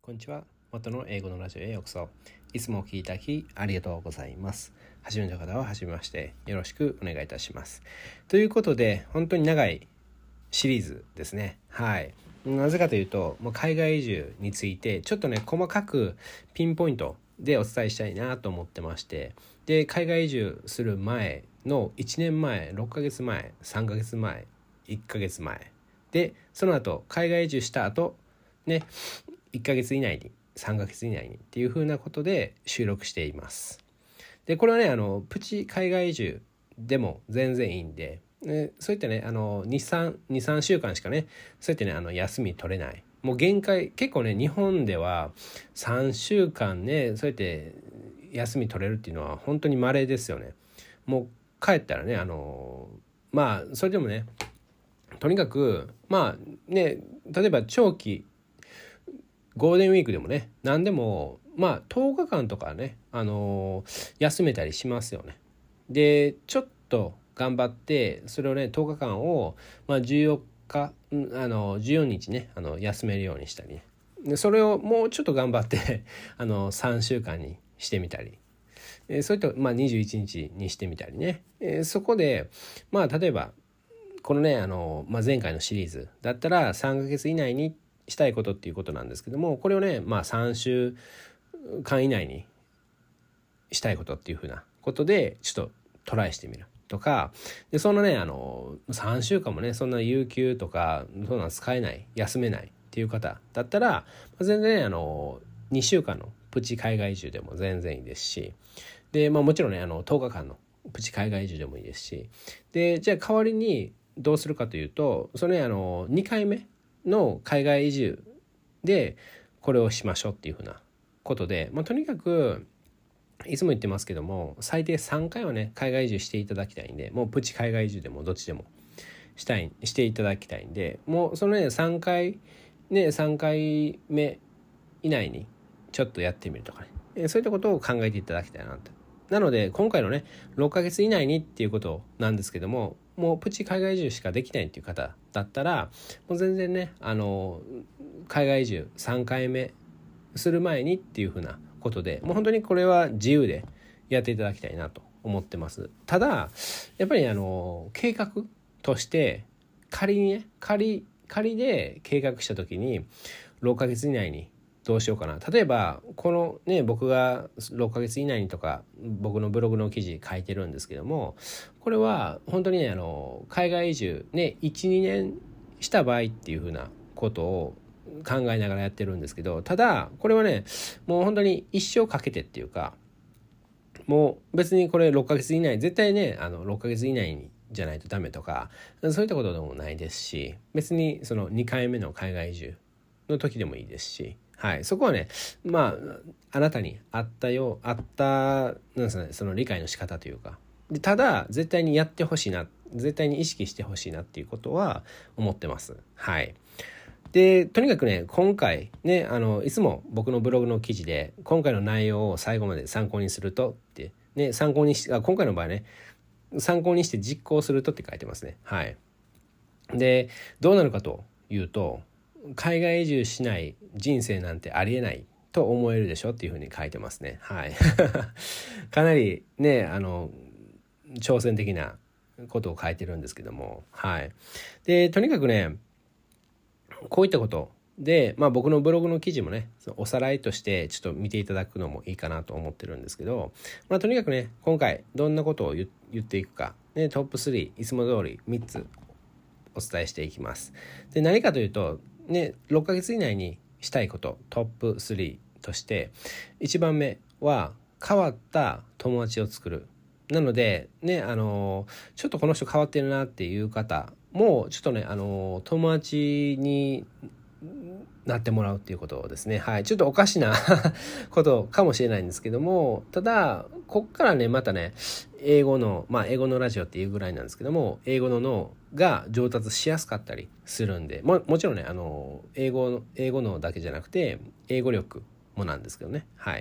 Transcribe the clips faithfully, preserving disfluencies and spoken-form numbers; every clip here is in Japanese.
こんにちは。元の英語のラジオへようこそ。いつもお聞きいただきありがとうございます。初めての方は初めましてよろしくお願いいたします。ということで、本当に長いシリーズですね。はい。なぜかというと、もう海外移住についてちょっとね、細かくピンポイントでお伝えしたいなと思ってまして、で、海外移住する前のいちねんまえ、ろっかげつまえ、さんかげつまえ、いっかげつまえで、その後海外移住した後ね、いっかげつ以内にさんかげつ以内にっていう風なことで収録しています。でこれはね、あのプチ海外移住でも全然いいんで、ね、そういったね、あのにさんしゅうかんしかね、そうやってね、あの休み取れない、もう限界、結構ね、日本ではさんしゅうかんね、そうやって休み取れるっていうのは本当に稀ですよね。もう帰ったらね、あのまあそれでもね、とにかくまあね、例えば長期ゴールデンウィークでもね、何でもまあとおかかんとかね、あのー休めたりしますよね。でちょっと頑張ってそれをね、とおかかんを、まあ、じゅうよっか、あのじゅうよっかね、あの休めるようにしたりね、でそれをもうちょっと頑張ってあのさんしゅうかんにしてみたり、えー、そういった、まあ、にじゅういちにちにしてみたりね、えー、そこでまあ例えばこのね、あの、まあ、前回のシリーズだったらさんかげつ以内にしたいことっていうことなんですけども、これをね、まあさんしゅうかん以内にしたいことっていうふうなことでちょっとトライしてみるとか、でそのね、あのさんしゅうかんもね、そんな有給とかそんな使えない、休めないっていう方だったら全然ね、あのにしゅうかんのプチ海外移住でも全然いいですし、で、まあ、もちろんね、あのとおかかんのプチ海外移住でもいいですし、でじゃあ代わりにどうするかというと、それ、ね、あのにかいめの海外移住でこれをしましょうっていうふうなことで、まあ、とにかくいつも言ってますけども、最低さんかいはね、海外移住していただきたいんで、もうプチ海外移住でもどっちでもしたいしていただきたいんで、もうそのね、さんかいね、さんかいめ以内にちょっとやってみるとかね、そういったことを考えていただきたいなと。なので今回のね、ろっかげつ以内にっていうことなんですけども、もうプチ海外移住しかできないっていう方だったら、もう全然ね、あの海外移住さんかいめする前にっていうふうなことで、もう本当にこれは自由でやっていただきたいなと思ってます。ただやっぱりあの計画として仮にね、仮仮で計画した時にろっかげつ以内にどうしようかな。例えばこのね、僕がろっかげつ以内にとか僕のブログの記事書いてるんですけども、これは本当にね、あの海外移住ね いちにねんした場合っていうふうなことを考えながらやってるんですけど、ただこれはね、もう本当に一生かけてっていうか、もう別にこれろっかげつ以内、絶対ね、あのろっかげつ以内にじゃないとダメとかそういったことでもないですし、別にそのにかいめの海外移住の時でもいいですし、はい、そこはね、まああなたに合ったよう、合ったなんですかね、その理解の仕方というか、でただ絶対にやってほしいな、絶対に意識してほしいなっていうことは思ってます。はい。でとにかくね、今回ね、あのいつも僕のブログの記事で今回の内容を最後まで参考にするとってね、参考にしあ今回の場合ね、参考にして実行するとって書いてますね。はい。でどうなるかというと、海外移住しない人生なんてありえないと思えるでしょっていうふうに書いてますね。はいかなりね、あの挑戦的なことを書いてるんですけども、はい。でとにかくね、こういったことで、まあ、僕のブログの記事もね、おさらいとしてちょっと見ていただくのもいいかなと思ってるんですけど、まあ、とにかくね、今回どんなことを言っていくか、ね、トップスリーいつも通りみっつお伝えしていきます。で何かというと、ね、ろっかげつ以内にしたいことトップスリーとして、いちばんめは変わった友達を作る。なのでね、あのちょっとこの人変わってるなっていう方もうちょっとね、あの友達になってもらうっていうことですね。はい、ちょっとおかしなことかもしれないんですけども、ただこっからね、またね、英語のまあ英語のラジオっていうぐらいなんですけども、英語の脳が上達しやすかったりするんで、ももちろんね、あの英語の英語脳だけじゃなくて英語力もなんですけどね。はい。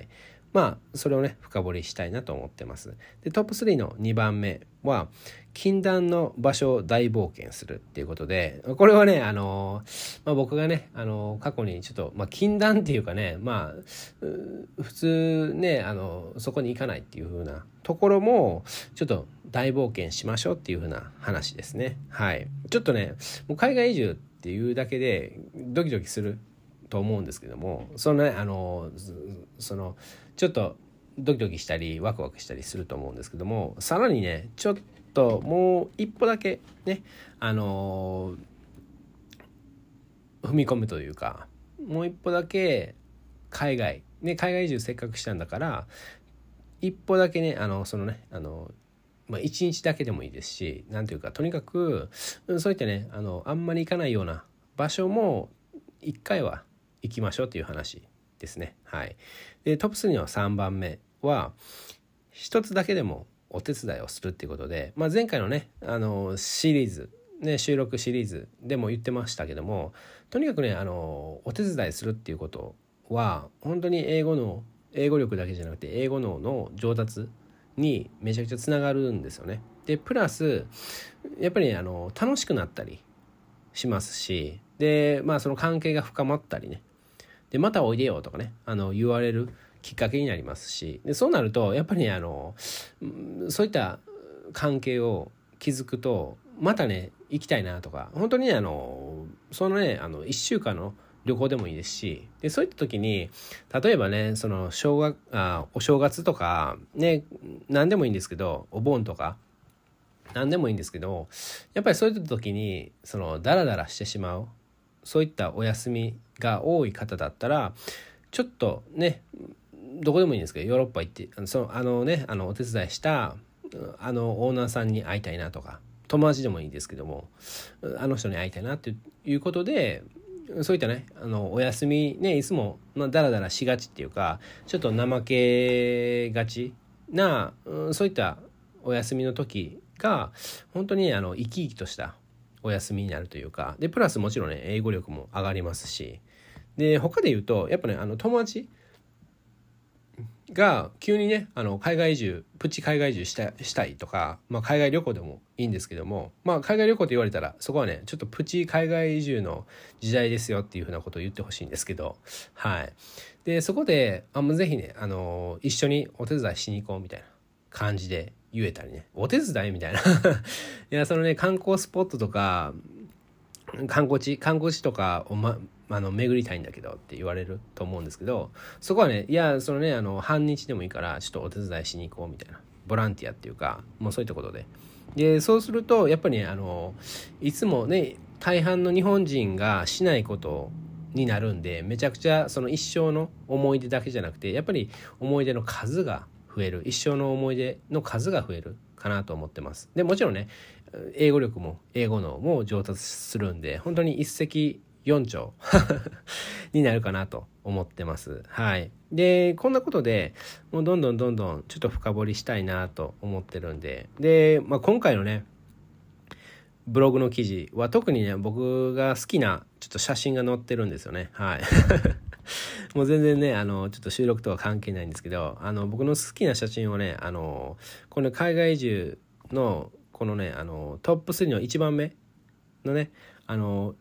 まあそれをね深掘りしたいなと思ってます。でトップスリーのにばんめは禁断の場所を大冒険するっていうことで、これはねあの、まあ、僕がねあの過去にちょっと、まあ、禁断っていうかね、まあ普通ねあのそこに行かないっていう風なところもちょっと大冒険しましょうっていう風な話ですね。はい、ちょっとねもう海外移住っていうだけでドキドキすると思うんですけども、そのねあのそのちょっとドキドキしたりワクワクしたりすると思うんですけども、さらにねちょっともう一歩だけねあの踏み込むというか、もう一歩だけ海外ね海外移住せっかくしたんだから一歩だけねあのそのねあのまあ、いちにちだけでもいいですし、なんていうかとにかくそういったねあのあんまり行かないような場所もいっかいは行きましょうっていう話ですね。はい、でトップスリーのさんばんめは一つだけでもお手伝いをするっていうことで、まあ、前回のねあのシリーズね収録シリーズでも言ってましたけども、とにかくねあのお手伝いするっていうことは本当に英語の英語力だけじゃなくて英語脳の上達にめちゃくちゃつながるんですよね。でプラスやっぱり、ね、あの楽しくなったりしますし、でまあその関係が深まったりね、でまたおいでよとかねあの言われるきっかけになりますし、でそうなるとやっぱりねあのそういった関係を築くとまたね行きたいなとか、本当にねあのそのねあのいっしゅうかんの旅行でもいいですし、でそういった時に例えばねその正月あお正月とかね何でもいいんですけど、お盆とか何でもいいんですけど、やっぱりそういった時にそのダラダラしてしまうそういったお休みが多い方だったらちょっとねどこでもいいんですけどヨーロッパ行ってそのあのねあのお手伝いしたあのオーナーさんに会いたいなとか、友達でもいいですけどもあの人に会いたいなっていうことで、そういったねあのお休みねいつもダラダラしがちっていうかちょっと怠けがちな、うん、そういったお休みの時が本当にあの生き生きとしたお休みになるというか、でプラスもちろんね英語力も上がりますし、で他で言うとやっぱねあの友達が急にねあの海外移住プチ海外移住したしたいとか、まあ、海外旅行でもいいんですけども、まあ、海外旅行って言われたらそこはねちょっとプチ海外移住の時代ですよっていうふうなことを言ってほしいんですけど、はい、でそこであもうぜひねあの一緒にお手伝いしに行こうみたいな感じで言えたりね、お手伝いみたいないやそのね観光スポットとか観光地観光地とかを、ま、あの巡りたいんだけどって言われると思うんですけど、そこはねいやそのねあの半日でもいいからちょっとお手伝いしに行こうみたいな、ボランティアっていうかもうそういったことで、でそうするとやっぱりねあのいつもね大半の日本人がしないことになるんで、めちゃくちゃその一生の思い出だけじゃなくてやっぱり思い出の数が増える、一生の思い出の数が増えるかなと思ってます。でもちろんね英語力も英語のも上達するんで本当に一石四鳥になるかなと思ってます。はい。でこんなことでもうどんどんどんどんちょっと深掘りしたいなと思ってるんで、で、まあ、今回のねブログの記事は特にね僕が好きなちょっと写真が載ってるんですよね。はいもう全然ねあのちょっと収録とは関係ないんですけど、あの僕の好きな写真をねあのこの海外移住のこのねあのトップスリーのいちばんめのねあの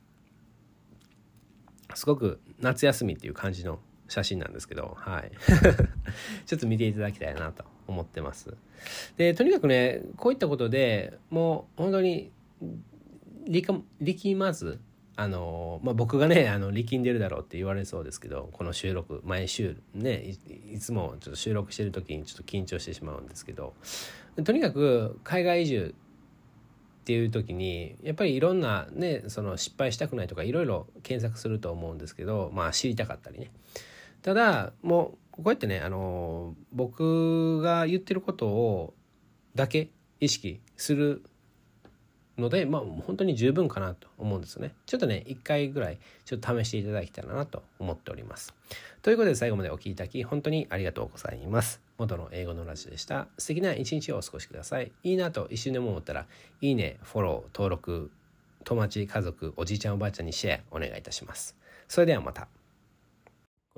すごく夏休みっていう感じの写真なんですけど、はいちょっと見ていただきたいなと思ってます。でとにかくねこういったことでもう本当に力力まずあの、まあ、僕がねあの力んでるだろうって言われそうですけど、この収録毎週ね い, いつもちょっと収録してる時にちょっと緊張してしまうんですけど、とにかく海外移住っていう時にやっぱりいろんなねその失敗したくないとかいろいろ検索すると思うんですけど、まあ知りたかったりね、ただもうこうやってねあの僕が言ってることをだけ意識するので、まあ本当に十分かなと思うんですよね。ちょっとね一回ぐらいちょっと試していただけたらなと思っております。ということで最後までお聞きいただき本当にありがとうございます。元の英語のラジオでした。素敵な一日をお過ごしください。いいなと一瞬でも思ったらいいね、フォロー、登録、友達、家族、おじいちゃんおばあちゃんにシェアお願いいたします。それではまた。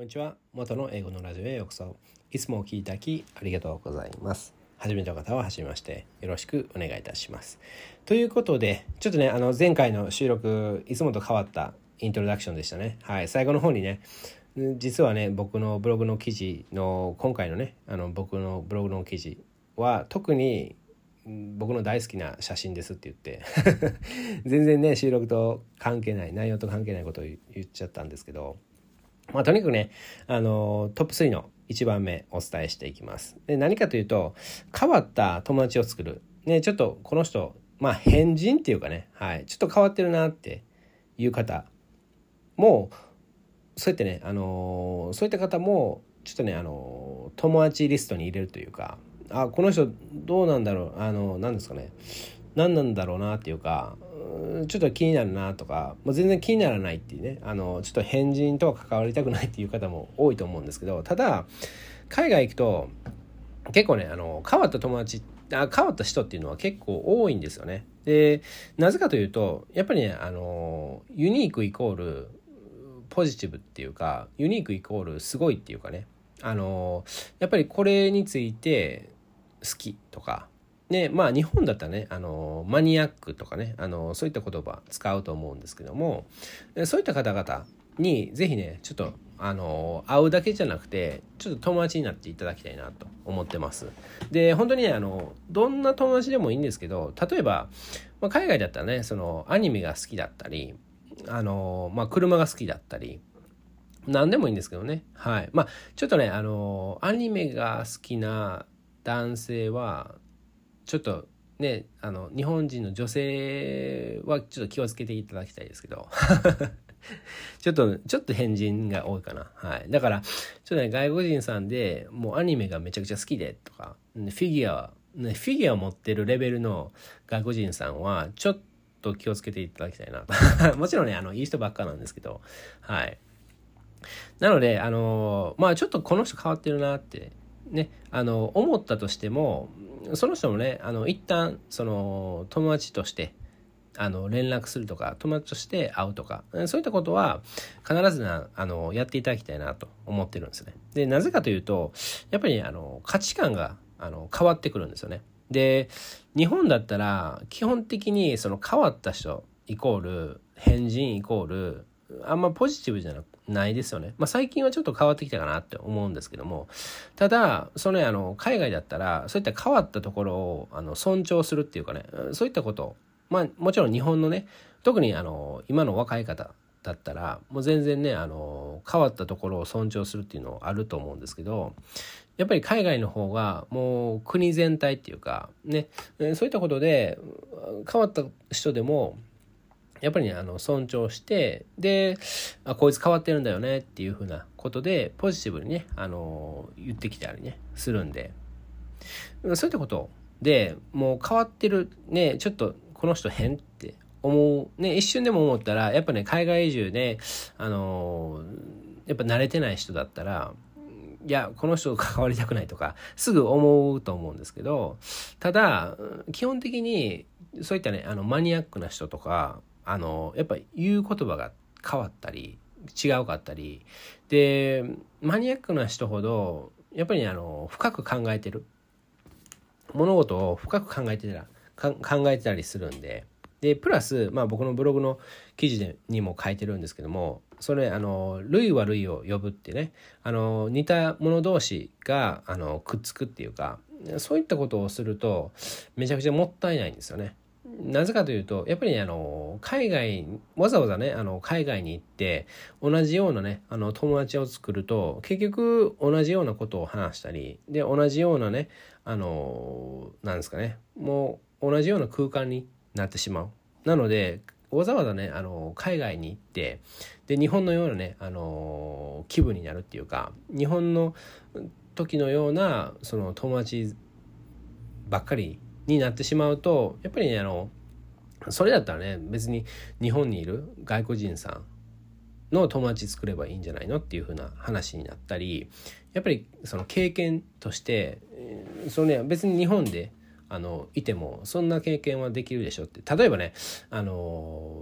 こんにちは。元の英語のラジオへようこそ。いつもお聞きいただきありがとうございます。初めての方は初めましてよろしくお願いいたします。ということで、ちょっとね、あの前回の収録、いつもと変わったイントロダクションでしたね。はい、最後の方にね、実はね、僕のブログの記事の、今回のね、あの僕のブログの記事は特に僕の大好きな写真ですって言って全然ね、収録と関係ない、内容と関係ないことを言っちゃったんですけど、まあ、とにかくね、あのトップスリーのいちばんめお伝えしていきます。で、何かというと、変わった友達を作る。ね、ちょっとこの人、まあ変人っていうかね、はい、ちょっと変わってるなっていう方も、そうやってね、あのそういった方もちょっとね、あの友達リストに入れるというか、あ、この人どうなんだろう、あの何ですかね、何なんだろうなっていうか、ちょっと気になるなとか、もう全然気にならないっていうね、あのちょっと変人とは関わりたくないっていう方も多いと思うんですけど、ただ海外行くと結構ね、あの変わった友達、あ変わった人っていうのは結構多いんですよね。で、なぜかというと、やっぱりね、あのユニークイコールポジティブっていうか、ユニークイコールすごいっていうかね、あのやっぱりこれについて好きとかね、まあ日本だったらね、あのマニアックとかね、あのそういった言葉使うと思うんですけども、そういった方々にぜひね、ちょっとあの会うだけじゃなくて、ちょっと友達になっていただきたいなと思ってます。で、本当にね、あのどんな友達でもいいんですけど、例えば、まあ、海外だったらね、そのアニメが好きだったり、あのまあ車が好きだったり、何でもいいんですけどね。はい。まあちょっとね、あのアニメが好きな男性はちょっとね、あの日本人の女性はちょっと気をつけていただきたいですけどちょっとちょっと変人が多いかな。はい。だからちょっとね、外国人さんでもうアニメがめちゃくちゃ好きでとか、フィギュア、ね、フィギュアを持ってるレベルの外国人さんはちょっと気をつけていただきたいなともちろんね、あのいい人ばっかなんですけど、はい。なので、あのまあちょっとこの人変わってるなってね、あの思ったとしても、その人もね、あの一旦その友達としてあの連絡するとか、友達として会うとか、そういったことは必ずなあのやっていただきたいなと思ってるんですね。で、なぜかというと、やっぱり、ね、あの価値観があの変わってくるんですよね。で、日本だったら基本的にその変わった人イコール変人イコールあんまポジティブじゃなくないですよね。まあ最近はちょっと変わってきたかなって思うんですけども、ただその、ね、あの海外だったらそういった変わったところをあの尊重するっていうかね、そういったこと、まあもちろん日本のね、特にあの今の若い方だったらもう全然ね、あの変わったところを尊重するっていうのあると思うんですけど、やっぱり海外の方がもう国全体っていうかね、そういったことで変わった人でもやっぱりね、あの尊重して、で、あ、こいつ変わってるんだよねっていうふうなことでポジティブにね、あの言ってきたりねするんで、そういったことでもう変わってるね、ちょっとこの人変って思うね、一瞬でも思ったら、やっぱね、海外移住であのやっぱ慣れてない人だったら、いやこの人と関わりたくないとかすぐ思うと思うんですけど、ただ基本的にそういったね、あのマニアックな人とか、あのやっぱ言う言葉が変わったり違うかったりで、マニアックな人ほどやっぱり、ね、あの深く考えてる物事を深く考えてたら考えてたりするんで、でプラス、まあ、僕のブログの記事でにも書いてるんですけども、それあの類は類を呼ぶってね、あの似た者同士があのくっつくっていうか、そういったことをするとめちゃくちゃもったいないんですよね。なぜかというと、やっぱり、ね、あの海外わざわざね、あの海外に行って同じようなね、あの友達を作ると結局同じようなことを話したりで、同じようなね、あのなんですかね、もう同じような空間になってしまう。なのでわざわざね、あの海外に行ってで日本のようなね、あの気分になるっていうか、日本の時のようなその友達ばっかりになってしまうと、やっぱりね、あのそれだったらね、別に日本にいる外国人さんの友達作ればいいんじゃないのっていう風な話になったり、やっぱりその経験としてその、ね、別に日本であのいてもそんな経験はできるでしょって。例えばね、あの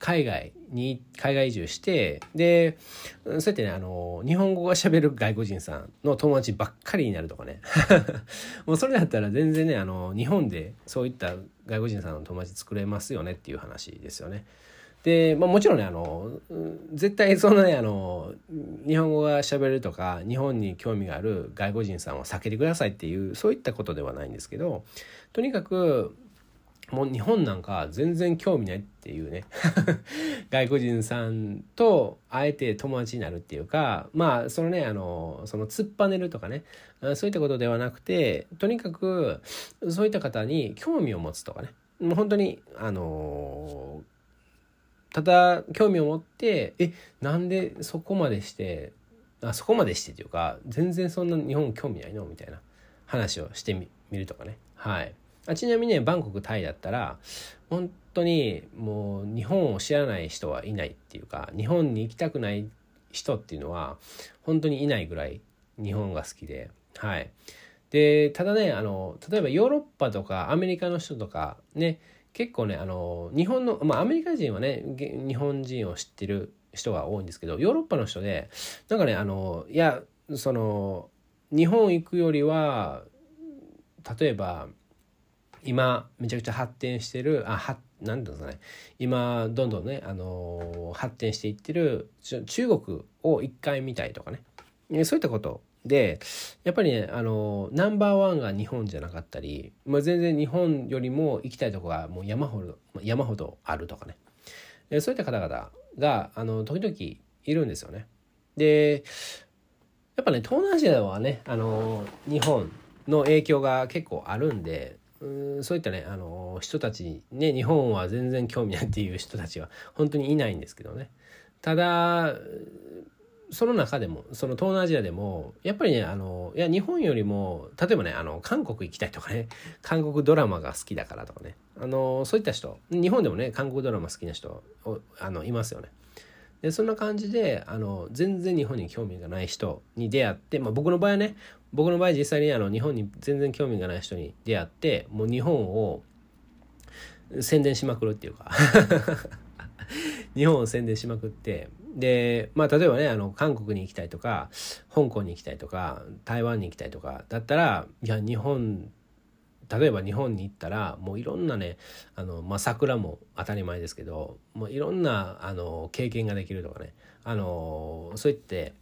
海外に海外移住して、でそうやってねあの日本語が喋る外国人さんの友達ばっかりになるとかねもうそれだったら全然ねあの日本でそういった外国人さんの友達作れますよねっていう話ですよね。で、まあ、もちろんねあの絶対そんなねあの日本語が喋るとか日本に興味がある外国人さんを避けてくださいっていうそういったことではないんですけど、とにかくもう日本なんか全然興味ないっていうね外国人さんとあえて友達になるっていうか、まあそのねあのその突っぱねるとかねそういったことではなくて、とにかくそういった方に興味を持つとかね、もう本当にあのただ興味を持ってえなんでそこまでしてあそこまでしてっていうか全然そんな日本興味ないのみたいな話をしてみるとかね。はい。あちなみにねバンコクタイだったら本当にもう日本を知らない人はいないっていうか、日本に行きたくない人っていうのは本当にいないぐらい日本が好きで、はい。でただねあの例えばヨーロッパとかアメリカの人とかね結構ねあの日本の、まあ、アメリカ人はね日本人を知ってる人が多いんですけど、ヨーロッパの人でなんかねあのいやその日本行くよりは例えば今めちゃくちゃ発展してるあはなんていうんですかね今どんどんねあの発展していってる中国を一回見たいとかね、そういったことでやっぱりねあのナンバーワンが日本じゃなかったり、まあ、全然日本よりも行きたいとこがもう山ほど山ほどあるとかね、そういった方々があの時々いるんですよね。でやっぱね東南アジアはねあの日本の影響が結構あるんで、うんそういったねあの人たちね日本は全然興味ないっていう人たちは本当にいないんですけどね。ただその中でもその東南アジアでもやっぱりねあのいや日本よりも例えばねあの韓国行きたいとかね、韓国ドラマが好きだからとかね、あのそういった人日本でもね韓国ドラマ好きな人あのいますよね。でそんな感じであの全然日本に興味がない人に出会って、まあ、僕の場合はね僕の場合実際にあの日本に全然興味がない人に出会ってもう日本を宣伝しまくるっていうか日本を宣伝しまくってでまあ例えばねあの韓国に行きたいとか香港に行きたいとか台湾に行きたいとかだったらいや日本例えば日本に行ったらもういろんなねあの、まあ、桜も当たり前ですけどもういろんなあの経験ができるとかねあのそう言って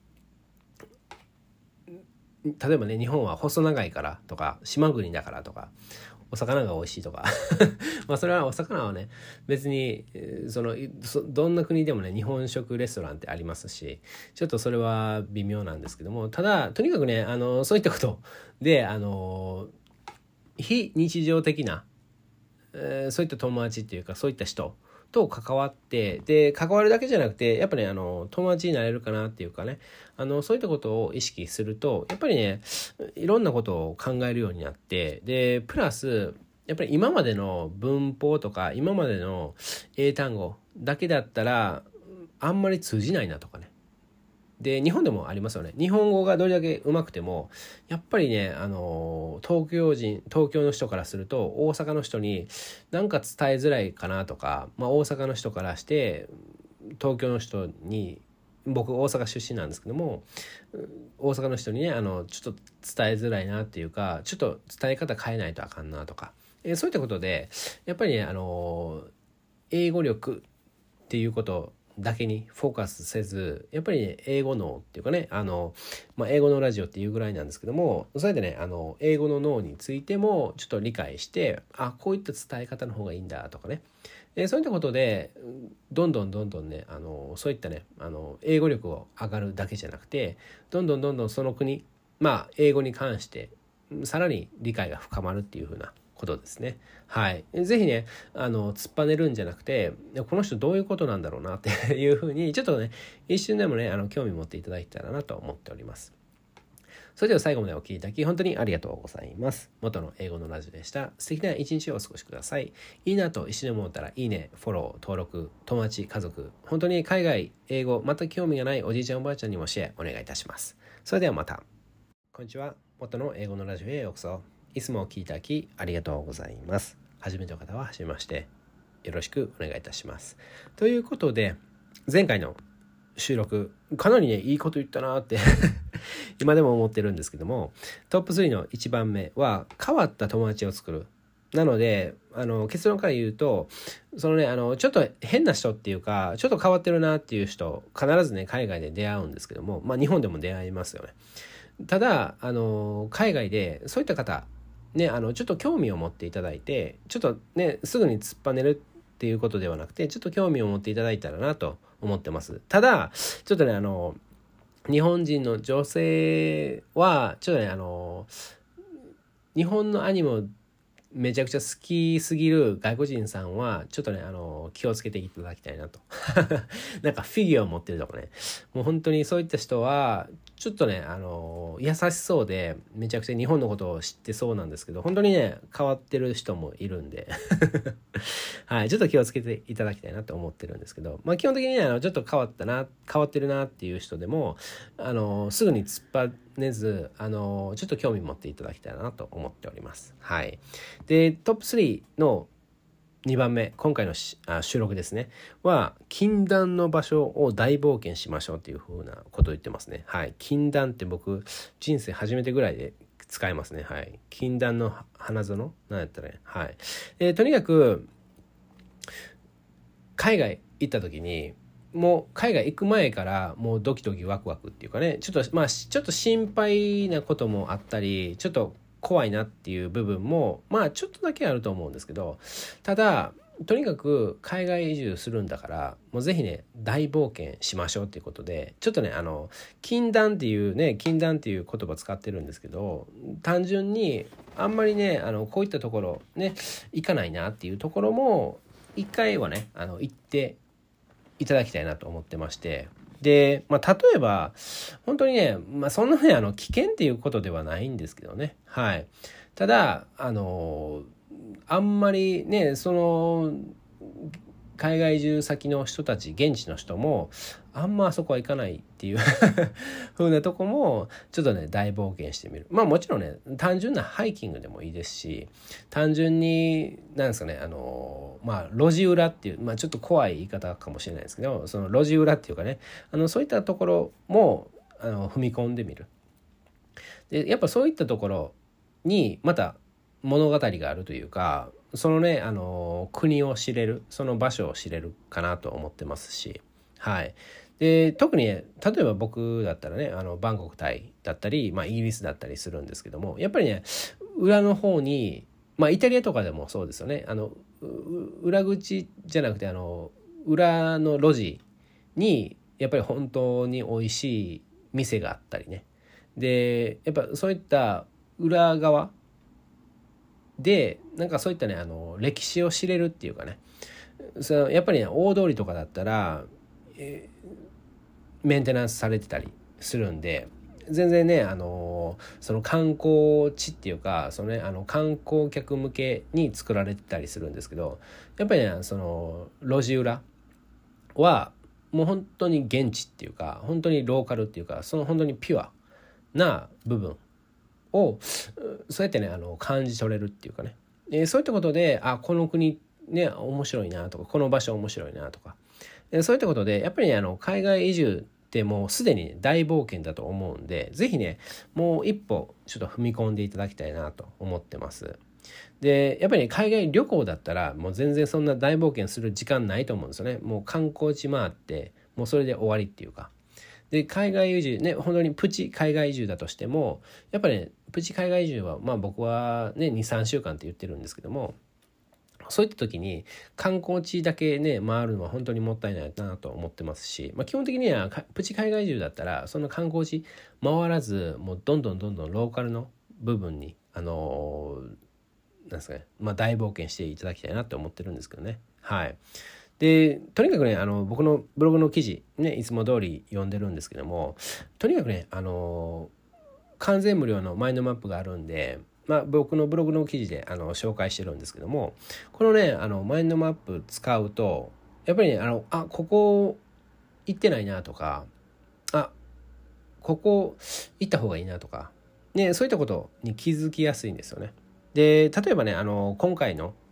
例えばね日本は細長いからとか島国だからとかお魚が美味しいとかまあそれはお魚はね別にそのどんな国でもね日本食レストランってありますしちょっとそれは微妙なんですけども、ただとにかくねあのそういったことであの非日常的な、えー、そういった友達っていうかそういった人と関わってで関わるだけじゃなくてやっぱりねあの友達になれるかなっていうかねあのそういったことを意識するとやっぱりねいろんなことを考えるようになってでプラスやっぱり今までの文法とか今までの英単語だけだったらあんまり通じないなとかね。で日本でもありますよね。日本語がどれだけ上手くてもやっぱりねあの東京人東京の人からすると大阪の人に何か伝えづらいかなとか、まあ、大阪の人からして東京の人に僕大阪出身なんですけども大阪の人にねあのちょっと伝えづらいなっていうかちょっと伝え方変えないとあかんなとか、えそういったことでやっぱりねあの英語力っていうことだけにフォーカスせずやっぱりね英語脳っていうかねあの、まあ、英語のラジオっていうぐらいなんですけどもそれでねあの英語の脳についてもちょっと理解してあこういった伝え方の方がいいんだとかね、えそういったことでどんどんどんどんねあのそういったねあの英語力を上がるだけじゃなくてどんどんどんどんその国まあ英語に関してさらに理解が深まるっていう風なことですね。はい。ぜひね、あの、突っぱねるんじゃなくて、この人どういうことなんだろうなっていうふうに、ちょっとね、一瞬でもね、あの、興味持っていただいたらなと思っております。それでは最後までお聞きいただき、本当にありがとうございます。元の英語のラジオでした。素敵な一日をお過ごしください。いいなと一緒に思ったら、いいね、フォロー、登録、友達、家族、本当に海外、英語、全く興味がないおじいちゃんおばあちゃんにもシェアお願いいたします。それではまた。こんにちは。元の英語のラジオへようこそ。いつもお聞きいただきありがとうございます。初めての方は初めまして。 よろしくお願いいたします。ということで、前回の収録かなりねいいこと言ったなって今でも思ってるんですけども、トップスリーのいちばんめは変わった友達を作る。なのであの結論から言うと、そのねあのちょっと変な人っていうかちょっと変わってるなっていう人必ずね海外で出会うんですけども、まあ日本でも出会いますよね。ただあの海外でそういった方ねあのちょっと興味を持っていただいて、ちょっとねすぐに突っぱねるっていうことではなくて、ちょっと興味を持っていただいたらなと思ってます。ただちょっとねあの日本人の女性はちょっとねあの日本のアニメをめちゃくちゃ好きすぎる外国人さんはちょっとねあの気をつけていただきたいなとなんかフィギュアを持ってるとかね、もう本当にそういった人はちょっとねあの優しそうでめちゃくちゃ日本のことを知ってそうなんですけど、本当にね変わってる人もいるんではい、ちょっと気をつけていただきたいなと思ってるんですけど、まあ基本的にねあのちょっと変わったな変わってるなっていう人でもあのすぐに突っ張ねずあのちょっと興味持っていただきたいなと思っております。はい。でトップスリーのにばんめ、今回のあ収録ですねは禁断の場所を大冒険しましょうっていう風なことを言ってますね。はい。禁断って僕人生初めてぐらいで使いますね。はい。禁断の花園なんやったらね。はい。でとにかく海外行った時にもう海外行く前からもうドキドキワクワクっていうかね、ちょっとまあちょっと心配なこともあったりちょっと怖いなっていう部分もまあちょっとだけあると思うんですけど、ただとにかく海外移住するんだからもうぜひね大冒険しましょうっていうことで、ちょっとねあの禁断っていうね禁断っていう言葉使ってるんですけど、単純にあんまりねあのこういったところね行かないなっていうところも一回はねあの行っていただきたいなと思ってまして、で、まあ、例えば本当にね、まあ、そんなねあの危険っていうことではないんですけどね。はい。ただあのあんまりねその海外移住先の人たち現地の人もあんまあそこは行かないっていう風なとこもちょっとね大冒険してみる。まあもちろんね単純なハイキングでもいいですし、単純になんですかねあのまあ路地裏っていうまあちょっと怖い言い方かもしれないですけど、その路地裏っていうかねあのそういったところもあの踏み込んでみる。でやっぱそういったところにまた物語があるというか、そのねあの国を知れるその場所を知れるかなと思ってますし、はい。で特にね例えば僕だったらねあのバンコクタイだったり、まあ、イギリスだったりするんですけども、やっぱりね裏の方にまあイタリアとかでもそうですよね、あの裏口じゃなくてあの裏の路地にやっぱり本当に美味しい店があったりね、でやっぱそういった裏側でなんかそういったねあの歴史を知れるっていうかね、そのやっぱりね大通りとかだったら、えー、メンテナンスされてたりするんで全然ねあのその観光地っていうかその、ね、あの観光客向けに作られてたりするんですけど、やっぱりねその路地裏はもう本当に現地っていうか本当にローカルっていうかその本当にピュアな部分をそうやってねあの感じ取れるっていうかね、えー、そういったことであこの国ね面白いなとかこの場所面白いなとか、えー、そういったことでやっぱりねあの海外移住ってもうすでに、ね、大冒険だと思うんで、ぜひねもう一歩ちょっと踏み込んでいただきたいなと思ってます。でやっぱり、ね、海外旅行だったらもう全然そんな大冒険する時間ないと思うんですよね。もう観光地回ってもうそれで終わりっていうか、で海外移住ね本当にプチ海外移住だとしてもやっぱりねプチ海外移住はまあ僕はね にさんしゅうかんって言ってるんですけども、そういった時に観光地だけね回るのは本当にもったいないなと思ってますし、まあ、基本的にはプチ海外移住だったらその観光地回らずもうどんどんどんどんローカルの部分にあのー、なんですかねまあ大冒険していただきたいなと思ってるんですけどね。はい。でとにかくねあの僕のブログの記事ねいつも通り読んでるんですけども、とにかくねあの完全無料のマインドマップがあるんで、まあ、僕のブログの記事であの紹介してるんですけども、このねあのマインドマップ使うとやっぱりねあのあここ行ってないなとか、あここ行った方がいいなとかね、そういったことに気づきやすいんですよね。で例えばねあの今回の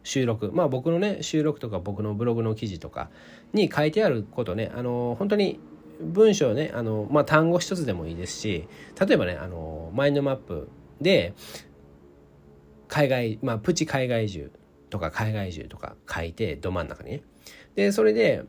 収録、まあ僕のね収録とか僕のブログの記事とかに書いてあることね、あの本当に文章ね、あの、まあ、単語一つでもいいですし、例えばね、あのマインドマップで海外、まあプチ海外移住とか海外移住とか書いて、ど真ん中にね、でそれで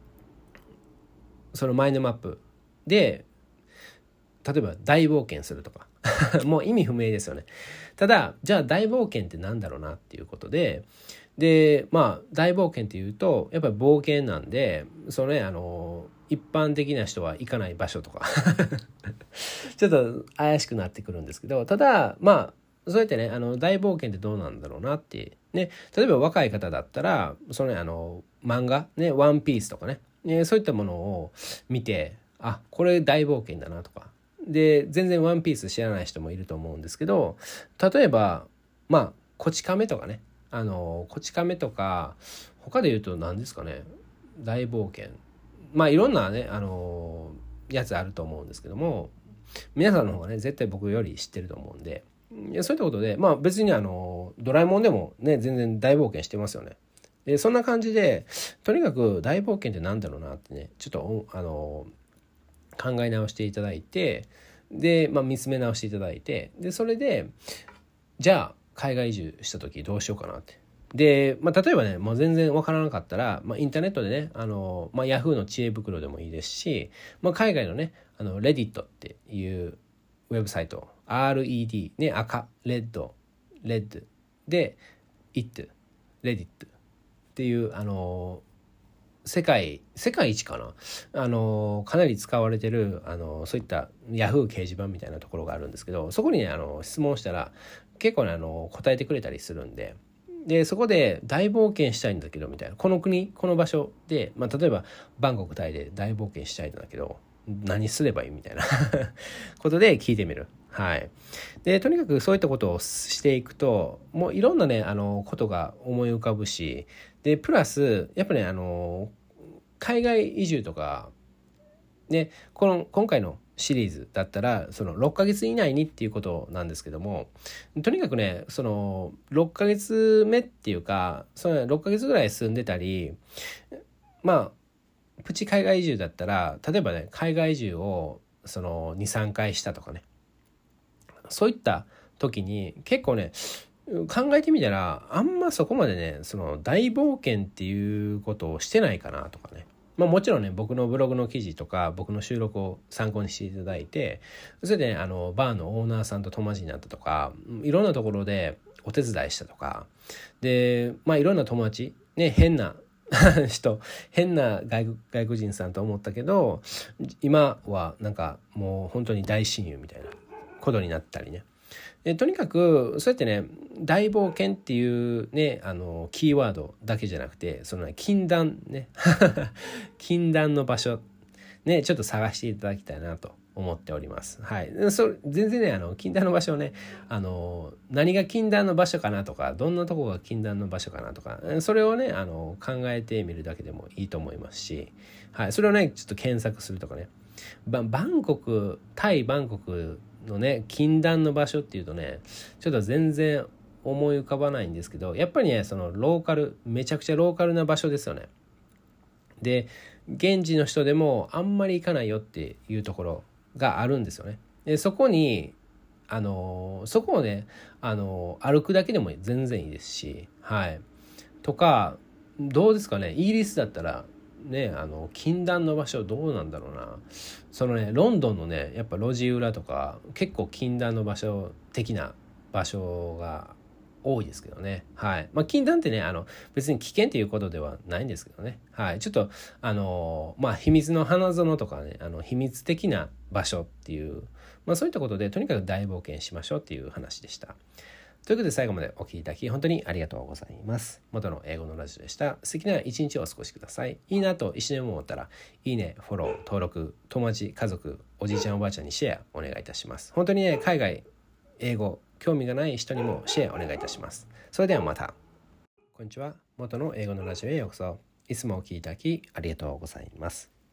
そのマインドマップで例えば大冒険するとかもう意味不明ですよね。ただじゃあ大冒険ってなんだろうなっていうことで、でまあ大冒険っていうとやっぱり冒険なんで、そのねあの一般的な人は行かない場所とかちょっと怪しくなってくるんですけど、ただまあそうやってね、あの大冒険ってどうなんだろうなってね、例えば若い方だったらその、ね、あの漫画ね、ワンピースとかね、ねそういったものを見て、あこれ大冒険だなとかで、全然ワンピース知らない人もいると思うんですけど、例えばまあこち亀とかね、あのこち亀とか他で言うと何ですかね、大冒険、まあいろんなねあのやつあると思うんですけども、皆さんの方がね絶対僕より知ってると思うんで、そういったことでまあ別にあのドラえもんでもね全然大冒険してますよね。でそんな感じでとにかく大冒険ってなんだろうなってね、ちょっとあの考え直していただいて、で、まあ、見つめ直していただいて、でそれでじゃあ海外移住した時どうしようかなって。で、まあ、例えばねもう全然わからなかったら、まあ、インターネットでねあの、まあ、ヤフーの知恵袋でもいいですし、まあ、海外のねあのレディットっていうウェブサイト アールイーディー ね、赤レッドレッドで イット レディットっていうあの世界世界一かな、あのかなり使われてるあのそういったヤフー掲示板みたいなところがあるんですけど、そこにねあの質問したら結構ねあの答えてくれたりするんで、でそこで大冒険したいんだけどみたいな、この国この場所で、まあ、例えばバンコクタイで大冒険したいんだけど何すればいいみたいなことで聞いてみる。はい。でとにかくそういったことをしていくと、もういろんなねあのことが思い浮かぶし、でプラスやっぱねあの海外移住とかね、この今回のシリーズだったらそのろっかげつ以内にっていうことなんですけども、とにかくねそのろっかげつめっていうかそのろっかげつぐらい住んでたり、まあプチ海外移住だったら例えばね海外移住をその にさんかいしたとかね、そういった時に結構ね考えてみたらあんまそこまでねその大冒険っていうことをしてないかなとかね、まあもちろんね僕のブログの記事とか僕の収録を参考にしていただいて、それで、ね、あのバーのオーナーさんと友達になったとか、いろんなところでお手伝いしたとかで、まあいろんな友達ね、変な人変な外国、外国人さんと思ったけど今はなんかもう本当に大親友みたいなことになったりね。でとにかくそうやってね大冒険っていうねあのキーワードだけじゃなくて、その、ね、禁断ね禁断の場所ねちょっと探していただきたいなと思っております。はい。それ全然ねあの禁断の場所をねあの何が禁断の場所かなとか、どんなとこが禁断の場所かなとか、それをねあの考えてみるだけでもいいと思いますし、はい、それをねちょっと検索するとかね、バンコクタイバンコクのね禁断の場所っていうとねちょっと全然思い浮かばないんですけど、やっぱりねそのローカルめちゃくちゃローカルな場所ですよね。で現地の人でもあんまり行かないよっていうところがあるんですよね。でそこにあのそこをねあの歩くだけでも全然いいですし、はいとかどうですかね、イギリスだったらねあの禁断の場所どうなんだろうな、そのねロンドンのねやっぱ路地裏とか結構禁断の場所的な場所が多いですけどね。はい。まあ禁断ってねあの別に危険っていうことではないんですけどね。はい。ちょっとあのまあ秘密の花園とかねあの秘密的な場所っていうまあそういったことでとにかく大冒険しましょうっていう話でした。ということで最後までお聞きいただき本当にありがとうございます。元の英語のラジオでした。素敵な一日をお過ごしください。いいなと一緒に思ったらいいね、フォロー、登録、友達、家族、おじいちゃんおばあちゃんにシェアお願いいたします。本当にね海外英語興味がない人にもシェアお願いいたします。それではまた。こんにちは。元の英語のラジオへようこそ。いつもお聞きいただきありがとうございます。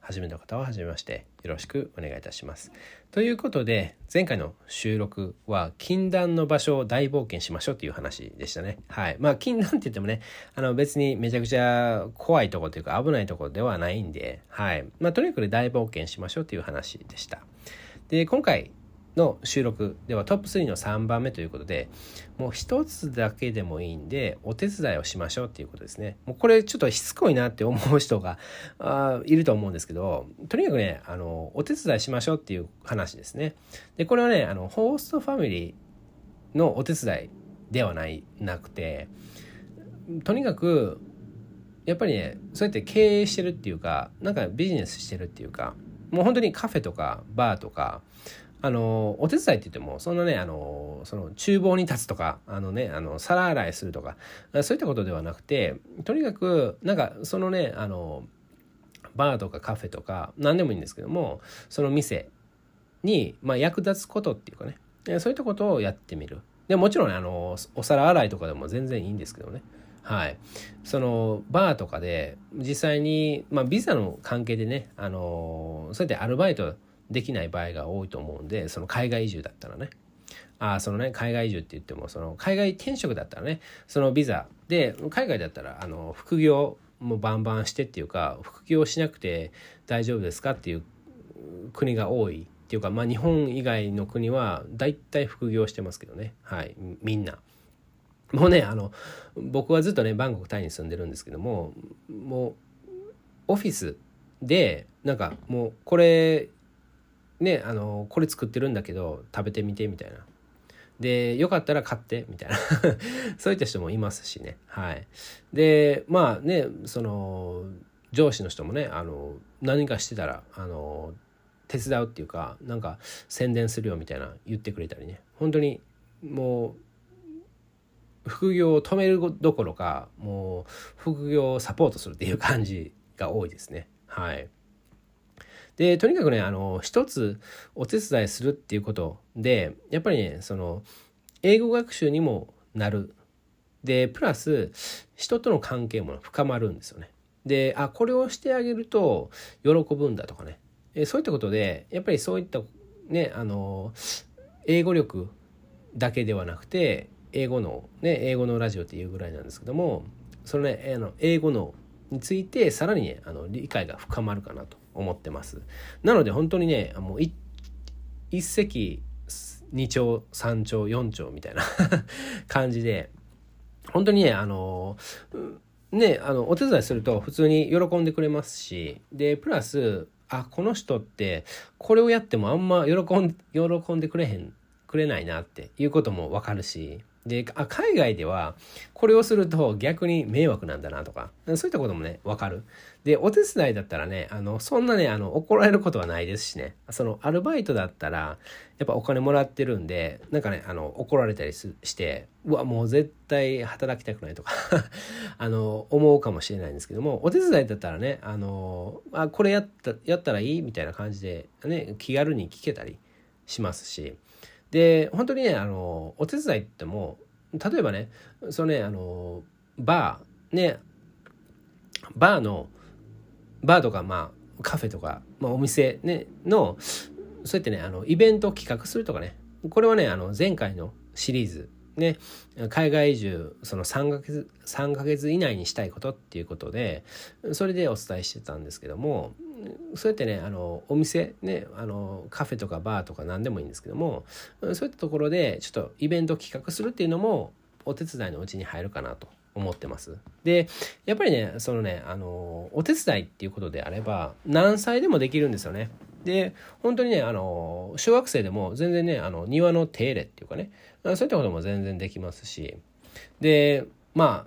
初めての方は初めましてよろしくお願いいたします。ということで前回の収録は禁断の場所を大冒険しましょうっていう話でしたね。はい。まあ禁断って言ってもね、あの別にめちゃくちゃ怖いところというか危ないところではないんで、はい。まあとにかく大冒険しましょうっていう話でした。で、今回の収録ではトップスリーのさんばんめということで、もう一つだけでもいいんでお手伝いをしましょうっていうことですね。もうこれちょっとしつこいなって思う人があいると思うんですけど、とにかくねあのお手伝いしましょうっていう話ですね。でこれはねあのホーストファミリーのお手伝いではないなくて、とにかくやっぱりねそうやって経営してるっていうか、なんかビジネスしてるっていうか、もう本当にカフェとかバーとか、あのお手伝いって言ってもそんなねあのその厨房に立つとかあのねあの皿洗いするとかそういったことではなくて、とにかくなんかそのねあのバーとかカフェとか何でもいいんですけども、その店に、まあ、役立つことっていうかね、そういったことをやってみる。でもちろん、ね、あのお皿洗いとかでも全然いいんですけどね。はい、そのバーとかで実際に、まあ、ビザの関係でねあのそうやってアルバイトできない場合が多いと思うんで、その海外移住だったらねあそのね海外移住って言ってもその海外転職だったらね、そのビザで海外だったらあの副業もバンバンしてっていうか、副業しなくて大丈夫ですかっていう国が多いっていうか、まあ日本以外の国はだいたい副業してますけどね。はい、みんなもうねあの僕はずっとねバンコクタイに住んでるんですけども、もうオフィスでなんかもうこれねあのこれ作ってるんだけど食べてみてみたいな、でよかったら買ってみたいなそういった人もいますしね。はい。でまあねその上司の人もねあの何かしてたらあの手伝うっていうか、なんか宣伝するよみたいな言ってくれたりね、本当にもう副業を止めるどころかもう副業をサポートするっていう感じが多いですね。はい。でとにかくねあの一つお手伝いするっていうことでやっぱりねその英語学習にもなる。でプラス人との関係も深まるんですよね。であこれをしてあげると喜ぶんだとかね、えそういったことでやっぱりそういったねあの英語力だけではなくて英語のね英語のラジオっていうぐらいなんですけども、そのねあの英語のについてさらにねあの理解が深まるかなと思ってます。なので本当にねもう一石二鳥三鳥四鳥みたいな感じで本当にねあのねあのお手伝いすると普通に喜んでくれますし、でプラスあこの人ってこれをやってもあんま喜ん喜んでくれへんくれないなっていうことも分かるし、であ海外ではこれをすると逆に迷惑なんだなとかそういったこともね分かる。でお手伝いだったらねあのそんなねあの怒られることはないですしね、そのアルバイトだったらやっぱお金もらってるんでなんかねあの怒られたりしてうわもう絶対働きたくないとかあの思うかもしれないんですけども、お手伝いだったらねあのあこれやったやったらいいみたいな感じでね気軽に聞けたりしますし、で本当にねあのお手伝いっても例えばねそのねあのバーねバーのバーとかまあカフェとか、まあ、お店、ね、のそうやってねあのイベントを企画するとかね、これはねあの前回のシリーズね海外移住そのさんかげつさんかげつ以内にしたいことっていうことでそれでお伝えしてたんですけども、そうやってねあのお店ねあのカフェとかバーとか何でもいいんですけども、そういったところでちょっとイベントを企画するっていうのもお手伝いのうちに入るかなと思ってます。でやっぱりねそのねあのお手伝いっていうことであれば何歳でもできるんですよね。で本当にねあの小学生でも全然ねあの庭の手入れっていうかねそういったことも全然できますし、でま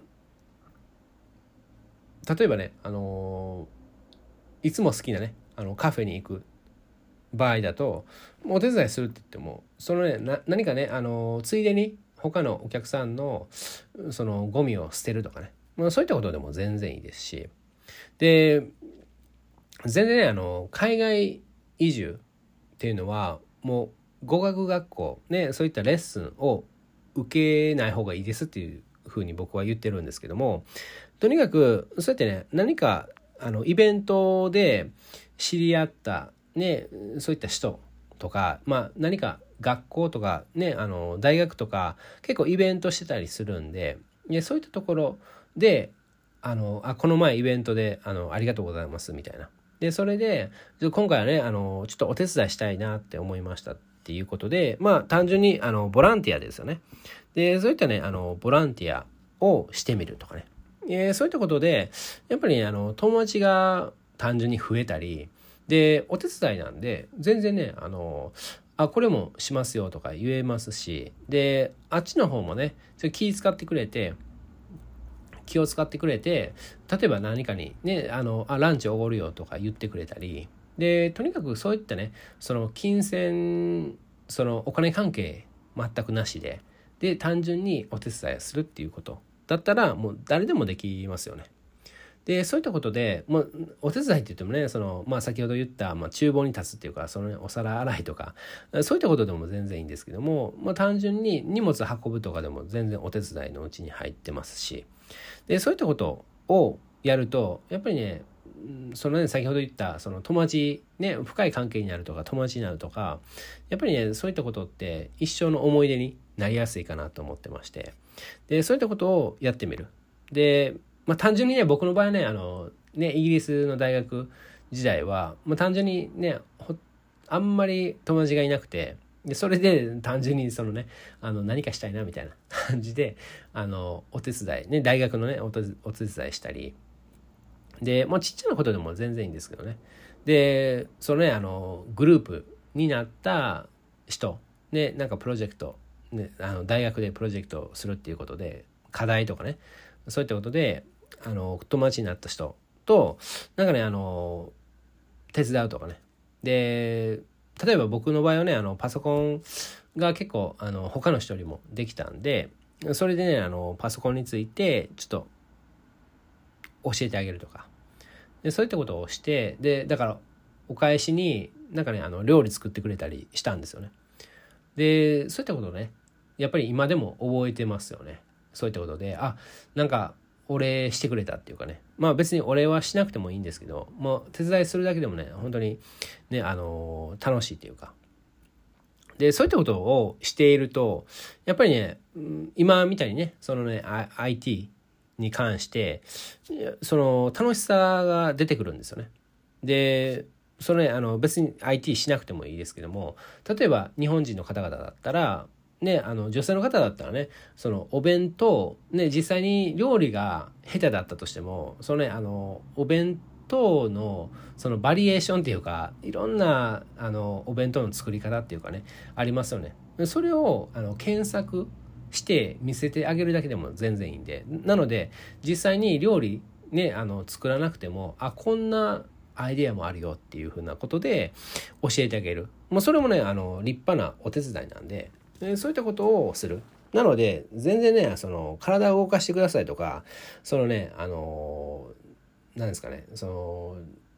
あ例えばねあのいつも好きなねあのカフェに行く場合だとお手伝いするって言ってもそのねな何かねあのついでに他のお客さんのそのゴミを捨てるとかね、まあ、そういったことでも全然いいですし、で全然ねあの海外移住っていうのはもう語学学校ねそういったレッスンを受けない方がいいですっていうふうに僕は言ってるんですけども、とにかくそうやってね何かあのイベントで知り合ったね、そういった人とか、まあ何か学校とかね、あの大学とか結構イベントしてたりするんで、でそういったところであのあこの前イベントであのありがとうございますみたいな、でそれで今回はねあのちょっとお手伝いしたいなって思いましたっていうことで、まあ単純にあのボランティアですよね。でそういったねあのボランティアをしてみるとかね、えー、そういったことでやっぱり、ね、あの友達が単純に増えたりで、お手伝いなんで全然ねあのあこれもしますよとか言えますし、であっちの方もね気使ってくれて気を使ってくれて、例えば何かにねあのあランチおごるよとか言ってくれたりで、とにかくそういったねその金銭そのお金関係全くなしでで単純にお手伝いするっていうことだったらもう誰でもできますよね。でそういったことでもうお手伝いって言ってもねその、まあ、先ほど言った、まあ、厨房に立つっていうかその、ね、お皿洗いとかそういったことでも全然いいんですけども、まあ、単純に荷物運ぶとかでも全然お手伝いのうちに入ってますし、でそういったことをやるとやっぱりねそのね先ほど言ったその友達ね深い関係になるとか友達になるとかやっぱりねそういったことって一生の思い出になりやすいかなと思ってまして、でそういったことをやってみる。でまあ、単純にね僕の場合ねあのねイギリスの大学時代は、まあ、単純にねあんまり友達がいなくて、でそれで単純にそのねあの何かしたいなみたいな感じであのお手伝いね大学のねお手お手伝いしたりで、まあ、ちっちゃなことでも全然いいんですけどね、でそのねあのグループになった人ねなんかプロジェクト、ね、あの大学でプロジェクトをするっていうことで課題とかねそういったことであの友達になった人となんかねあの手伝うとかね、で例えば僕の場合はねあのパソコンが結構あの他の人よりもできたんで、それでねあのパソコンについてちょっと教えてあげるとか、でそういったことをして、でだからお返しになんかねあの料理作ってくれたりしたんですよね。でそういったことをねやっぱり今でも覚えてますよね。そういったことであなんかお礼してくれたっていうかね、まあ別にお礼はしなくてもいいんですけど、もう手伝いするだけでもね本当にねあの楽しいっていうか、でそういったことをしているとやっぱりね今みたいにねそのね アイティー に関してその楽しさが出てくるんですよね。でそのねあの別に アイティー しなくてもいいですけども、例えば日本人の方々だったらね、あの女性の方だったらねそのお弁当ね実際に料理が下手だったとしてもそのねあのお弁当のそのバリエーションっていうかいろんなあのお弁当の作り方っていうかねありますよね。それをあの検索して見せてあげるだけでも全然いいんで、なので実際に料理ねあの作らなくてもあこんなアイデアもあるよっていうふうなことで教えてあげる、もうそれもねあの立派なお手伝いなんで、そういったことをする。なので全然ねその体を動かしてくださいとかそのねあの何ですかねその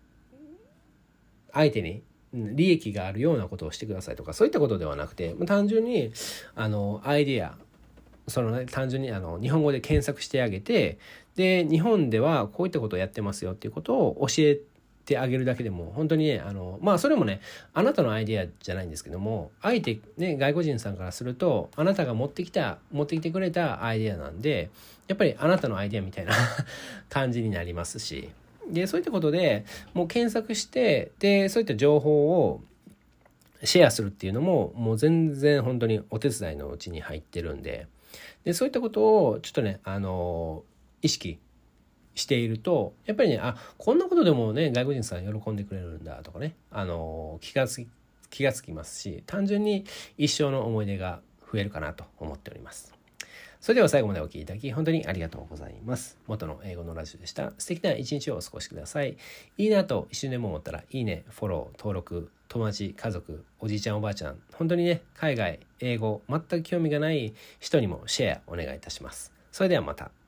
相手に利益があるようなことをしてくださいとかそういったことではなくて、単純にあのアイデアそのね単純にあの日本語で検索してあげて、で日本ではこういったことをやってますよっていうことを教えてあげるだけでも本当にねあのまあそれもねあなたのアイデアじゃないんですけども、相手ね外国人さんからするとあなたが持ってきた持ってきてくれたアイデアなんでやっぱりあなたのアイデアみたいな感じになりますし、でそういったことでもう検索してでそういった情報をシェアするっていうのももう全然本当にお手伝いのうちに入ってるんで、でそういったことをちょっとねあの意識しているとやっぱりねあこんなことでもね外国人さん喜んでくれるんだとかねあの気がつき気がつきますし、単純に一生の思い出が増えるかなと思っております。それでは最後までお聞きいただき本当にありがとうございます。元の英語のラジオでした。素敵な一日をお過ごしください。いいなと一瞬でも思ったらいいね、フォロー、登録、友達、家族、おじいちゃんおばあちゃん、本当にね海外英語全く興味がない人にもシェアお願いいたします。それではまた。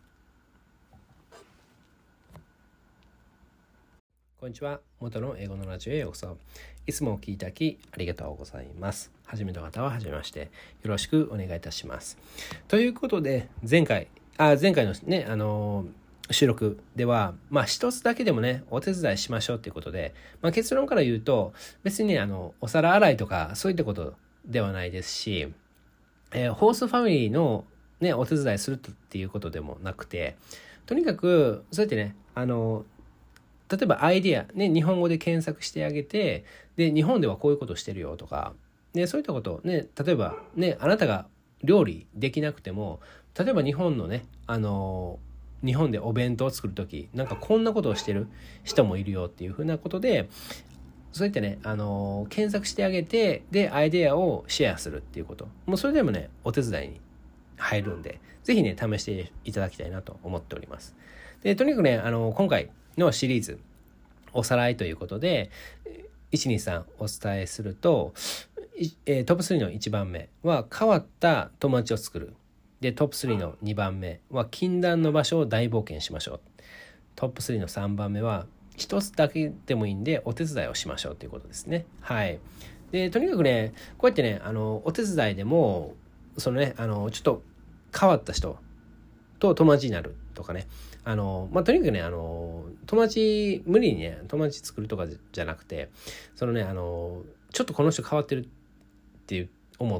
こんにちは。元の英語のラジオへようこそ。いつもお聞きいただきありがとうございます。初めの方は初めまして。よろしくお願いいたします。ということで、前回、あ前回のね、あの収録では、まあ一つだけでもね、お手伝いしましょうっていうことで、まあ結論から言うと、別にね、あの、お皿洗いとかそういったことではないですし、えー、ホーストファミリーのね、お手伝いするっていうことでもなくて、とにかく、そうやってね、あの、例えばアイディア、ね、日本語で検索してあげて、で、日本ではこういうことしてるよとか、で、そういったことね、例えばね、あなたが料理できなくても、例えば日本のね、あの、日本でお弁当を作るとき、なんかこんなことをしてる人もいるよっていうふうなことで、そうやってね、あの、検索してあげて、で、アイデアをシェアするっていうこと。もうそれでもね、お手伝いに入るんで、ぜひね、試していただきたいなと思っております。で、とにかくね、あの、今回のシリーズ、おさらいということで、いち、に、さんお伝えすると、えー、トップスリーのいちばんめは変わった友達を作る。で、トップスリーのにばんめは禁断の場所を大冒険しましょう。トップスリーのさんばんめは一つだけでもいいんでお手伝いをしましょうということですね。はい。で、とにかくね、こうやってね、あの、お手伝いでも、そのね、あの、ちょっと変わった人と友達になるとかね。あの、まあ、とにかくね、あの、友達、無理にね、友達作るとかじゃなくて、そのね、あの、ちょっとこの人変わってるって思って、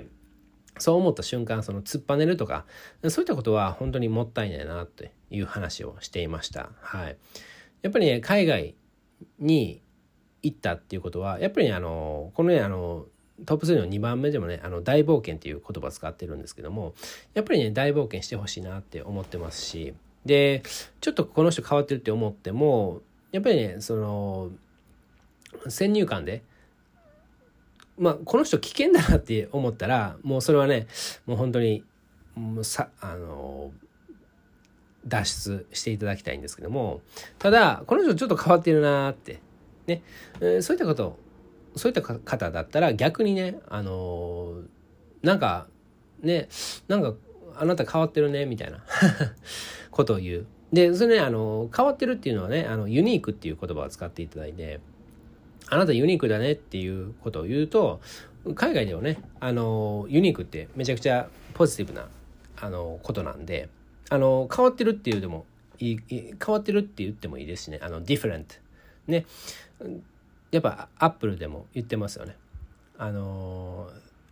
そう思った瞬間、その突っぱねるとか、そういったことは本当にもったいないなっていう話をしていました。はい。やっぱりね、海外に行ったっていうことは、やっぱりね、あの、このね、あの、トップスリーのにばんめでもね、あの、大冒険っていう言葉を使ってるんですけども、やっぱりね、大冒険してほしいなって思ってますし、で、ちょっとこの人変わってるって思っても、やっぱりね、その、先入観で、まあ、この人危険だなって思ったら、もうそれはね、もう本当に、もうさ、あの、脱出していただきたいんですけども、ただ、この人ちょっと変わってるなって、ね、えー、そういったこと、そういった方だったら逆にね、あのー、なんか、ね、なんか、あなた変わってるね、みたいなことを言う。で、それね、あのー、変わってるっていうのはね、あの、ユニークっていう言葉を使っていただいて、あなたユニークだねっていうことを言うと、海外ではね、あの、ユニークってめちゃくちゃポジティブな、あの、ことなんで、あの、変わってるっていうでもいい、変わってるって言ってもいいですしね、あの、different。ね。やっぱ、アップルでも言ってますよね。あの、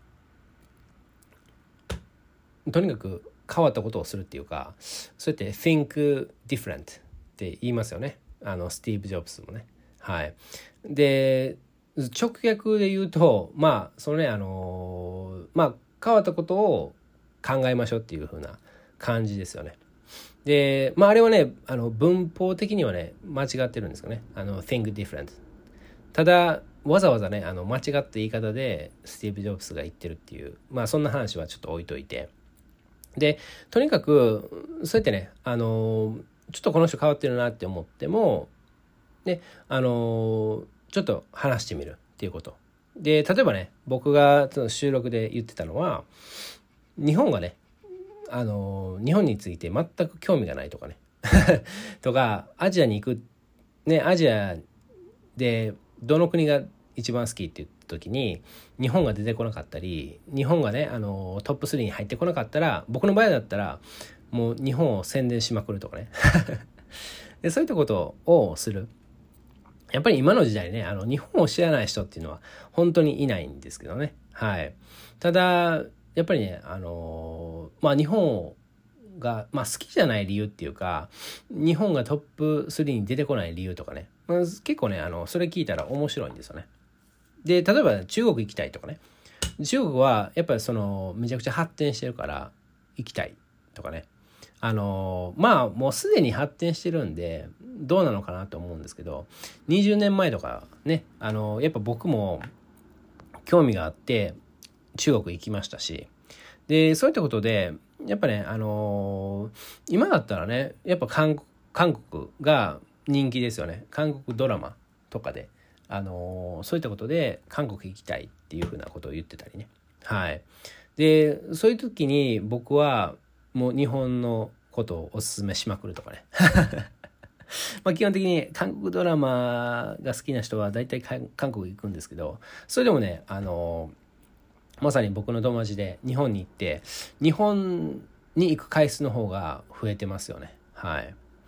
とにかく変わったことをするっていうか、そうやって think different って言いますよね。あの、スティーブ・ジョブズもね。はい。で、直訳で言うと、まあ、そのね、あの、まあ、変わったことを考えましょうっていう風な感じですよね。で、まあ、あれはね、あの、文法的にはね、間違ってるんですよね。あの、think different。ただ、わざわざね、あの、間違った言い方で、スティーブ・ジョブズが言ってるっていう、まあ、そんな話はちょっと置いといて。で、とにかく、そうやってね、あの、ちょっとこの人変わってるなって思っても、で、あのー、ちょっと話してみるっていうこと。で、例えばね、僕がその収録で言ってたのは、日本がね、あのー、日本について全く興味がないとかね。とか、アジアに行く、ね、アジアでどの国が一番好きって言った時に、日本が出てこなかったり、日本がね、あのー、トップスリーに入ってこなかったら、僕の場合だったら、もう日本を宣伝しまくるとかね。で、そういったことをする。やっぱり今の時代ね、あの、日本を知らない人っていうのは本当にいないんですけどね。はい。ただ、やっぱりね、あの、まあ日本が、まあ好きじゃない理由っていうか、日本がトップスリーに出てこない理由とかね、まあ、結構ね、あの、それ聞いたら面白いんですよね。で、例えば中国行きたいとかね。中国はやっぱりその、めちゃくちゃ発展してるから行きたいとかね。あのまあもうすでに発展してるんでどうなのかなと思うんですけど、にじゅうねんまえとかね、あのやっぱ僕も興味があって中国行きましたし、でそういったことでやっぱね、あの今だったらね、やっぱ韓国、韓国が人気ですよね。韓国ドラマとかで、あのそういったことで韓国行きたいっていうふうなことを言ってたりね。はい。でそういう時に僕はもう日本のことをお勧めしまくるとかね。まあ基本的に韓国ドラマが好きな人は大体韓国行くんですけど、それでもね、あのまさに僕の友達で日本に行って日本に行く回数の方が増えてますよね。はい。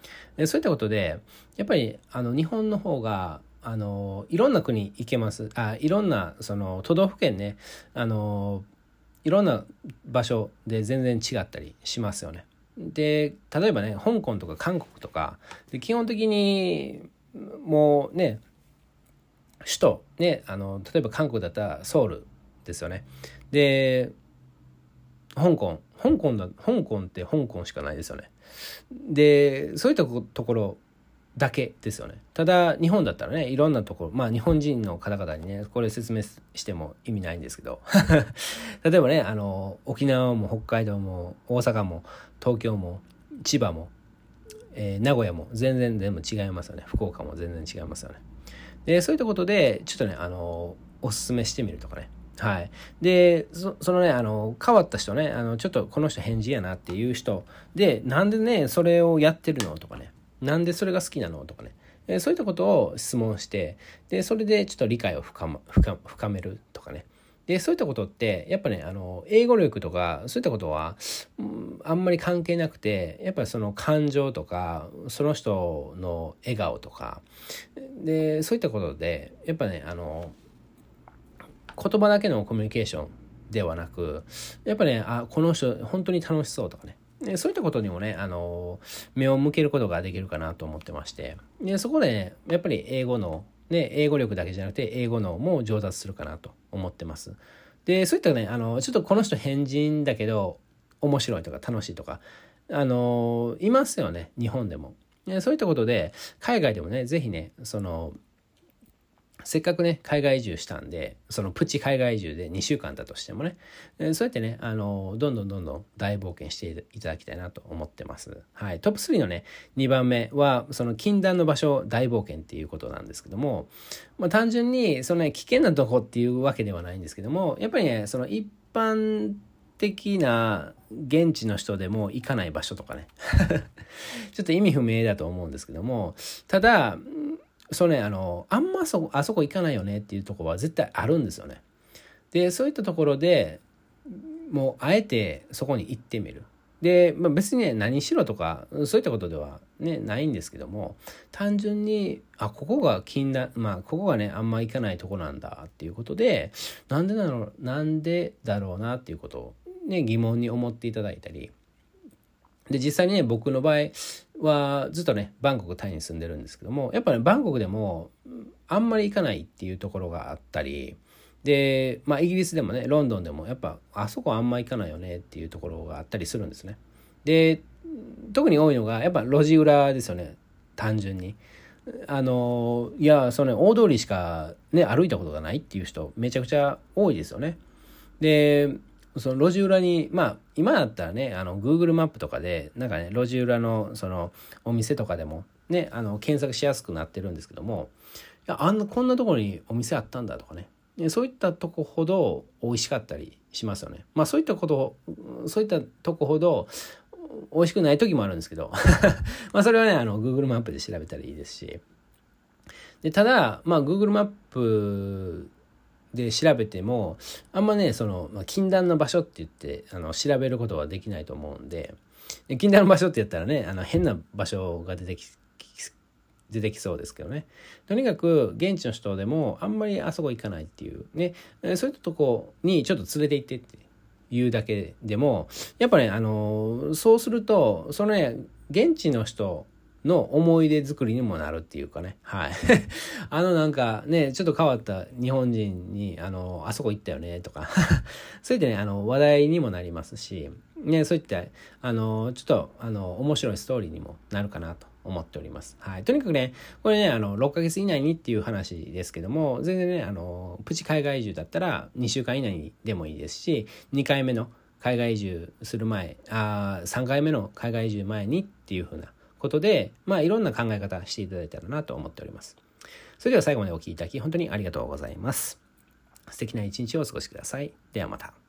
でそういったことでやっぱりあの日本の方があのいろんな国行けます。あいろんなその都道府県ね、あのいろんな場所で全然違ったりしますよね。で例えばね香港とか韓国とかで基本的にもうね首都ね、あの例えば韓国だったらソウルですよね。で香港香港だ香港って香港しかないですよね。でそういったところだけですよね。ただ日本だったらねいろんなところ、まあ日本人の方々にねこれ説明しても意味ないんですけど例えばねあの沖縄も北海道も大阪も東京も千葉も、えー、名古屋も全然全部違いますよね。福岡も全然違いますよね。でそういったことでちょっとねあのおすすめしてみるとかね。はい、で そ, そのねあの変わった人ねあのちょっとこの人変人やなっていう人でなんでねそれをやってるのとかねなんでそれが好きなのとかね、えー、そういったことを質問してでそれでちょっと理解を深、ま、深, 深めるとかね。でそういったことってやっぱねあの英語力とかそういったことは、うん、あんまり関係なくてやっぱりその感情とかその人の笑顔とかでそういったことでやっぱねあの言葉だけのコミュニケーションではなくやっぱねあこの人本当に楽しそうとかねでそういったことにもねあの目を向けることができるかなと思ってましてでそこで、ね、やっぱり英語のね、英語力だけじゃなくて英語のも上達するかなと思ってます。でそういったねあのちょっとこの人変人だけど面白いとか楽しいとかあのいますよね日本でも。でそういったことで海外でもねぜひねそのせっかくね海外移住したんでそのプチ海外移住でにしゅうかんだとしてもねそうやってねあのどんどんどんどん大冒険していただきたいなと思ってます。はい、トップスリーのねにばんめはその禁断の場所大冒険っていうことなんですけども、まあ、単純にそのね危険なとこっていうわけではないんですけどもやっぱりねその一般的な現地の人でも行かない場所とかねちょっと意味不明だと思うんですけどもただそうね、あの、あんまそこ、あそこ行かないよねっていうところは絶対あるんですよね。で、そういったところでもうあえてそこに行ってみる。で、まあ、別にね、何しろとか、そういったことではね、ないんですけども、単純に、あ、ここが禁断、まあ、ここがね、あんま行かないとこなんだっていうことで、なんでだろう、なんでだろうなっていうことをね、疑問に思っていただいたり、で実際にね僕の場合はずっとねバンコクタイに住んでるんですけどもやっぱねバンコクでもあんまり行かないっていうところがあったりでまあイギリスでもねロンドンでもやっぱあそこあんま行かないよねっていうところがあったりするんですね。で特に多いのがやっぱ路地裏ですよね。単純にあのいやその、ね、大通りしかね歩いたことがないっていう人めちゃくちゃ多いですよね。でその路地裏にまあ今だったらねあの Google マップとかでなんかね路地裏のそのお店とかでもねあの検索しやすくなってるんですけどもいやあんなこんなところにお店あったんだとかねでそういったとこほど美味しかったりしますよね。まあそういったことそういったとこほど美味しくない時もあるんですけどまあそれはねあの Google マップで調べたらいいですしでただまあ Google マップで調べてもあんまねその、まあ、禁断の場所って言ってあの調べることはできないと思うんでで禁断の場所って言ったらねあの変な場所が出てき出てきそうですけどねとにかく現地の人でもあんまりあそこ行かないっていうねそういったとこにちょっと連れて行ってっていうだけでもやっぱねあのそうするとそのね現地の人の思い出作りにもなるっていうかね。はい。あのなんかね、ちょっと変わった日本人に、あの、あそこ行ったよねとか、そういったね、あの、話題にもなりますし、ね、そういった、あの、ちょっと、あの、面白いストーリーにもなるかなと思っております。はい。とにかくね、これね、あの、ろっかげつ以内にっていう話ですけども、全然ね、あの、プチ海外移住だったらにしゅうかん以内にでもいいですし、にかいめの海外移住する前、あさんかいめの海外移住前にっていう風な、ことで、まあいろんな考え方していただいたらなと思っております。それでは最後までお聞きいただき本当にありがとうございます。素敵な一日をお過ごしください。ではまた。